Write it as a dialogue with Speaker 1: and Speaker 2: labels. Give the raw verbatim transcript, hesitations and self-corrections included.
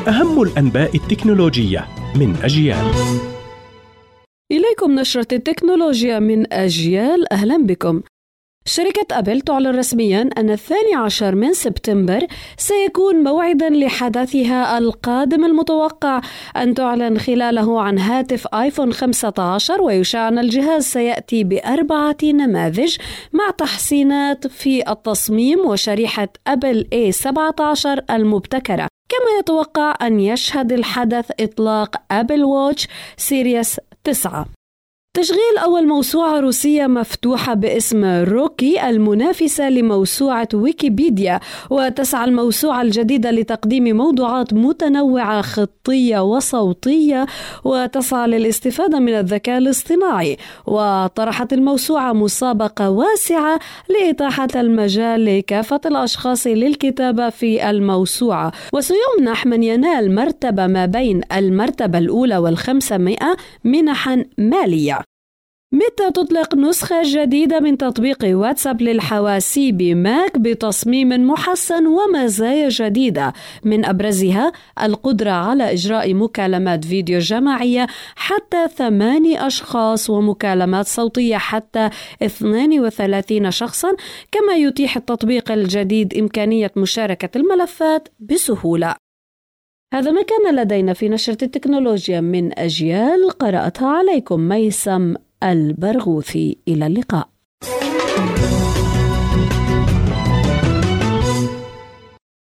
Speaker 1: أهم الأنباء التكنولوجية من أجيال.
Speaker 2: إليكم نشرة التكنولوجيا من أجيال. أهلا بكم. شركة أبل تعلن رسمياً أن الثاني عشر من سبتمبر سيكون موعداً لحدثها القادم المتوقع أن تعلن خلاله عن هاتف آيفون خمسة عشر، ويشاع أن الجهاز سيأتي بأربعة نماذج مع تحسينات في التصميم وشريحة أبل إيه سبعة عشر المبتكرة. كما يتوقع أن يشهد الحدث إطلاق أبل واتش سيريس تسعة. تشغيل أول موسوعة روسية مفتوحة باسم روكي المنافسة لموسوعة ويكيبيديا، وتسعى الموسوعة الجديدة لتقديم موضوعات متنوعة خطية وصوتية وتسعى للاستفادة من الذكاء الاصطناعي. وطرحت الموسوعة مسابقة واسعة لإتاحة المجال لكافة الأشخاص للكتابة في الموسوعة، وسيمنح من ينال مرتبة ما بين المرتبة الأولى والخمسمائة منحا مالية. ميتا تطلق نسخة جديدة من تطبيق واتساب للحواسيب ماك بتصميم محسن ومزايا جديدة، من أبرزها القدرة على إجراء مكالمات فيديو جماعية حتى ثماني أشخاص ومكالمات صوتية حتى اثنين وثلاثين شخصا. كما يتيح التطبيق الجديد إمكانية مشاركة الملفات بسهولة. هذا ما كان لدينا في نشرة التكنولوجيا من أجيال، قرأتها عليكم ميسم البرغوثي. إلى اللقاء.